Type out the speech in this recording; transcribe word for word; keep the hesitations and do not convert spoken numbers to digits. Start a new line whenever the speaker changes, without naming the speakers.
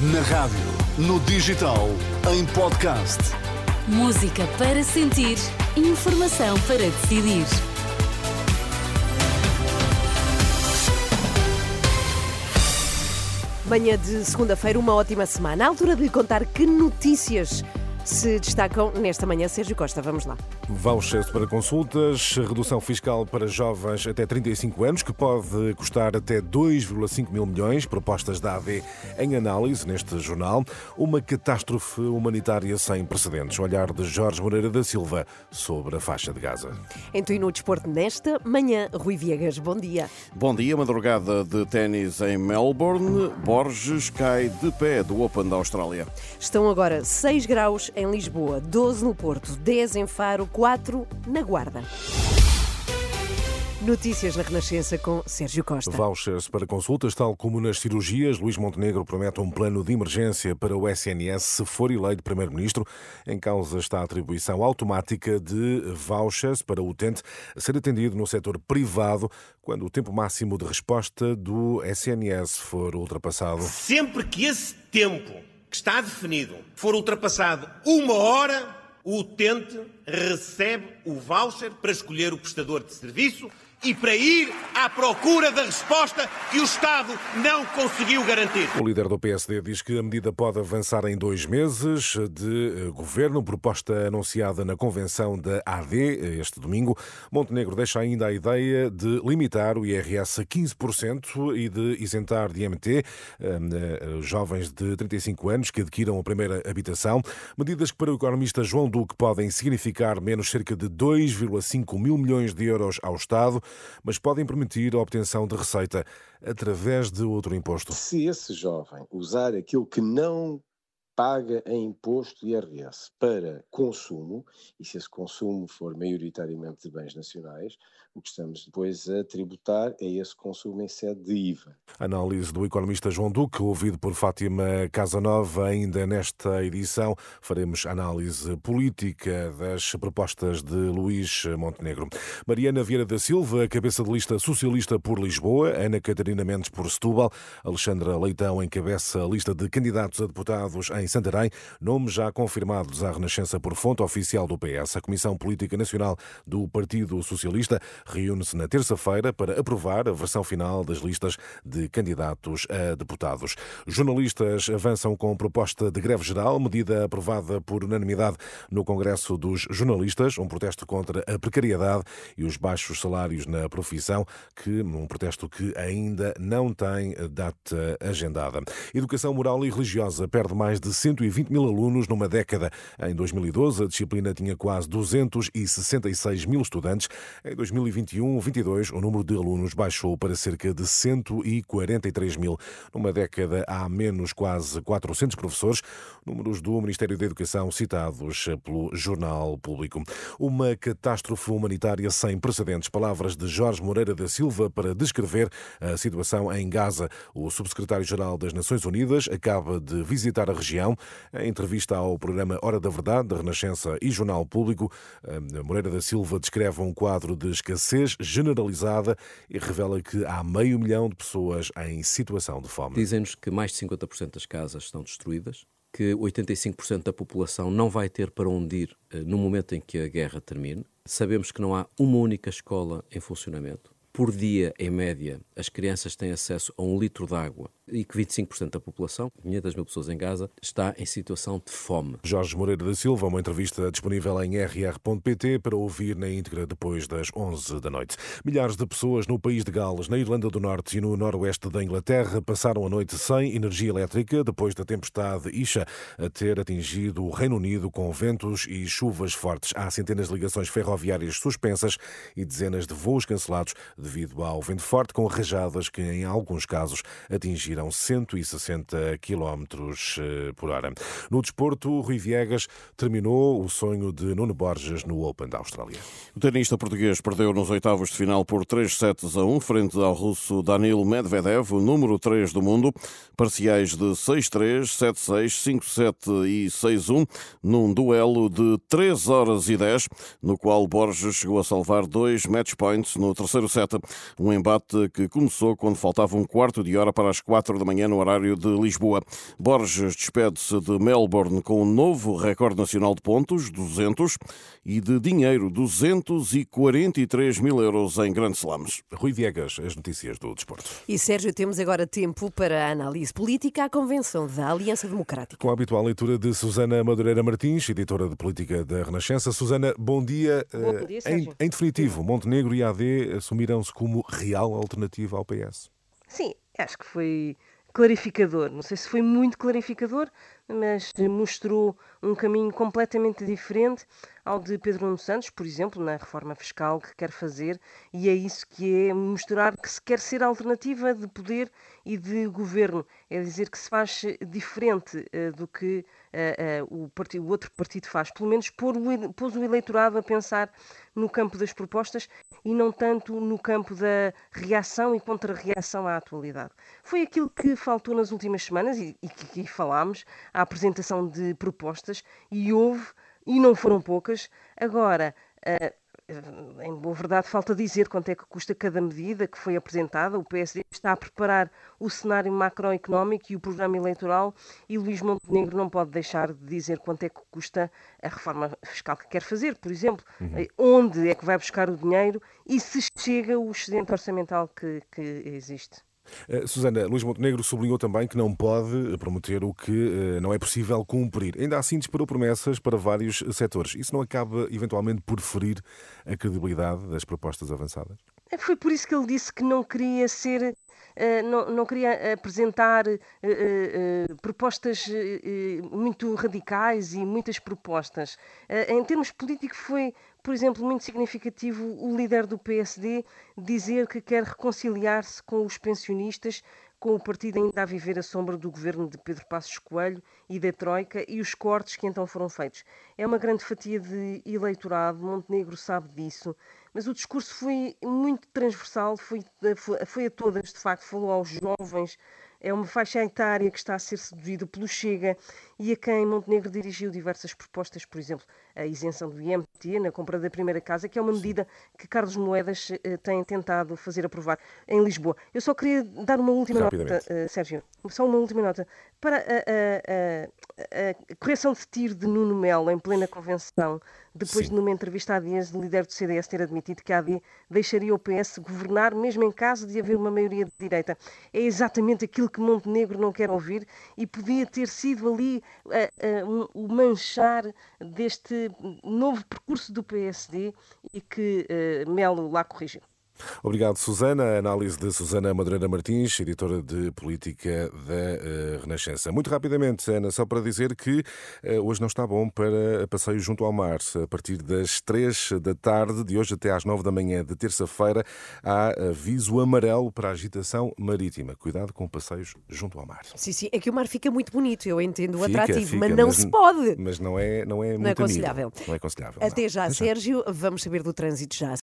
Na rádio, no digital, em podcast.
Música para sentir, informação para decidir.
Manhã de segunda-feira, uma ótima semana. À altura de lhe contar que notícias se destacam nesta manhã. Sérgio Costa, vamos lá.
Vouchers para consultas, redução fiscal para jovens até trinta e cinco anos, que pode custar até dois vírgula cinco mil milhões, propostas da A D em análise neste jornal. Uma catástrofe humanitária sem precedentes. Olhar de Jorge Moreira da Silva sobre a faixa de Gaza.
Em Tu e no Desporto nesta manhã, Rui Viegas, bom dia.
Bom dia, madrugada de ténis em Melbourne. Borges cai de pé do Open da Austrália.
Estão agora seis graus em Lisboa, doze no Porto, dez em Faro, quatro na Guarda. Notícias na Renascença com Sérgio Costa.
Vouchers para consultas, tal como nas cirurgias. Luís Montenegro promete um plano de emergência para o S N S se for eleito Primeiro-Ministro. Em causa está a atribuição automática de vouchers para o utente ser atendido no setor privado quando o tempo máximo de resposta do S N S for ultrapassado.
Sempre que esse tempo que está definido for ultrapassado uma hora, o utente recebe o voucher para escolher o prestador de serviço e para ir à procura da resposta que o Estado não conseguiu garantir.
O líder do P S D diz que a medida pode avançar em dois meses de governo, proposta anunciada na convenção da A D este domingo. Montenegro deixa ainda a ideia de limitar o I R S a quinze por cento e de isentar de I M T jovens de trinta e cinco anos que adquiram a primeira habitação. Medidas que para o economista João Duque podem significar menos cerca de dois vírgula cinco mil milhões de euros ao Estado, mas podem permitir a obtenção de receita através de outro imposto.
Se esse jovem usar aquilo que não paga em imposto I R S para consumo, e se esse consumo for maioritariamente de bens nacionais, o que estamos depois a tributar é esse consumo em sede de I V A.
Análise do economista João Duque, ouvido por Fátima Casanova. Ainda nesta edição faremos análise política das propostas de Luís Montenegro. Mariana Vieira da Silva, cabeça de lista socialista por Lisboa, Ana Catarina Mendes por Setúbal, Alexandra Leitão encabeça a lista de candidatos a deputados em Santarém, nomes já confirmados à Renascença por fonte oficial do P S. A Comissão Política Nacional do Partido Socialista reúne-se na terça-feira para aprovar a versão final das listas de candidatos a deputados. Jornalistas avançam com proposta de greve geral, medida aprovada por unanimidade no Congresso dos Jornalistas, um protesto contra a precariedade e os baixos salários na profissão, que um protesto que ainda não tem data agendada. Educação moral e religiosa perde mais de cento e vinte mil alunos numa década. Em dois mil e doze, a disciplina tinha quase duzentos e sessenta e seis mil estudantes. Em dois mil e vinte e um vinte e dois, o número de alunos baixou para cerca de cento e quarenta e três mil. Numa década, há menos quase quatrocentos professores, números do Ministério da Educação citados pelo Jornal Público. Uma catástrofe humanitária sem precedentes. Palavras de Jorge Moreira da Silva para descrever a situação em Gaza. O subsecretário-geral das Nações Unidas acaba de visitar a região. Em entrevista ao programa Hora da Verdade, da Renascença e Jornal Público, Moreira da Silva descreve um quadro de escassez generalizada e revela que há meio milhão de pessoas em situação de fome.
Dizem-nos que mais de cinquenta por cento das casas estão destruídas, que oitenta e cinco por cento da população não vai ter para onde ir no momento em que a guerra termine. Sabemos que não há uma única escola em funcionamento. Por dia, em média, as crianças têm acesso a um litro de água e que vinte e cinco por cento da população, quinhentas mil pessoas em Gaza, está em situação de fome.
Jorge Moreira da Silva, uma entrevista disponível em r r ponto p t para ouvir na íntegra depois das onze da noite. Milhares de pessoas no país de Gales, na Irlanda do Norte e no noroeste da Inglaterra passaram a noite sem energia elétrica depois da tempestade Isha a ter atingido o Reino Unido com ventos e chuvas fortes. Há centenas de ligações ferroviárias suspensas e dezenas de voos cancelados devido ao vento forte, com rajadas que em alguns casos atingiram cento e sessenta quilómetros por hora. No desporto, Rui Viegas terminou o sonho de Nuno Borges no Open da Austrália.
O tenista português perdeu nos oitavos de final por três sets a um, frente ao russo Danil Medvedev, o número três do mundo, parciais de seis três, sete seis, cinco sete e seis um, num duelo de três horas e dez, no qual Borges chegou a salvar dois match points no terceiro set. sete. Um embate que começou quando faltava um quarto de hora para as quatro da manhã no horário de Lisboa. Borges despede-se de Melbourne com um novo recorde nacional de pontos, duzentos, e de dinheiro, duzentos e quarenta e três mil euros em Grand Slams.
Rui Viegas, as notícias do desporto.
E Sérgio, temos agora tempo para a análise política à convenção da Aliança Democrática.
Com a habitual leitura de Susana Madureira Martins, editora de política da Renascença. Susana, bom dia.
Bom dia, Sérgio.
Em, em definitivo, Montenegro e A D assumiram-se como real alternativa ao P S.
Sim, acho que foi clarificador. Não sei se foi muito clarificador, mas mostrou um caminho completamente diferente ao de Pedro Nuno Santos, por exemplo, na reforma fiscal que quer fazer, e é isso que é mostrar que se quer ser alternativa de poder e de governo. É dizer que se faz diferente uh, do que uh, uh, o, partido, o outro partido faz. Pelo menos pôr o, pôs o eleitorado a pensar no campo das propostas e não tanto no campo da reação e contra-reação à atualidade. Foi aquilo que faltou nas últimas semanas e, e que aqui falámos, a apresentação de propostas, e houve, e não foram poucas. Agora, em boa verdade, falta dizer quanto é que custa cada medida que foi apresentada. O P S D está a preparar o cenário macroeconómico e o programa eleitoral, e Luís Montenegro não pode deixar de dizer quanto é que custa a reforma fiscal que quer fazer, por exemplo, uhum. onde é que vai buscar o dinheiro e se chega o excedente orçamental que, que existe.
Uh, Susana, Luís Montenegro sublinhou também que não pode prometer o que uh, não é possível cumprir. Ainda assim disparou promessas para vários setores. Isso não acaba eventualmente por ferir a credibilidade das propostas avançadas?
Foi por isso que ele disse que não queria ser... Uh, não, não queria apresentar uh, uh, uh, propostas uh, muito radicais e muitas propostas. Uh, em termos políticos foi, por exemplo, muito significativo o líder do P S D dizer que quer reconciliar-se com os pensionistas, com o partido ainda a viver a sombra do governo de Pedro Passos Coelho e da Troika e os cortes que então foram feitos. É uma grande fatia de eleitorado, Montenegro sabe disso, mas o discurso foi muito transversal, foi, foi a todas, de facto, falou aos jovens, é uma faixa etária que está a ser seduzida pelo Chega e a quem Montenegro dirigiu diversas propostas, por exemplo, a isenção do I M T na compra da primeira casa, que é uma medida que Carlos Moedas uh, tem tentado fazer aprovar em Lisboa. Eu só queria dar uma última nota, uh, Sérgio, só uma última nota. Para a, a, a, a correção de tiro de Nuno Melo em plena convenção, depois Sim. de numa entrevista à Dias, o líder do C D S ter admitido que a AD deixaria o P S governar, mesmo em caso de haver uma maioria de direita. É exatamente aquilo que Montenegro não quer ouvir e podia ter sido ali uh, uh, um, o manchar deste novo percurso do P S D e que uh, Melo lá corrigiu.
Obrigado, Susana. A análise de Susana Madureira Martins, editora de política da uh, Renascença. Muito rapidamente, Ana, só para dizer que uh, hoje não está bom para passeio junto ao mar. A partir das três da tarde, de hoje até às nove da manhã de terça-feira, há aviso amarelo para a agitação marítima. Cuidado com passeios junto ao mar.
Sim, sim, é que o mar fica muito bonito, eu entendo o
fica,
atrativo,
fica,
mas não
mas,
se pode.
Mas não é, não é,
não
muito
é aconselhável.
Amigo. Não é aconselhável.
Até
não.
já,
Até
Sérgio. Já. Vamos saber do trânsito já.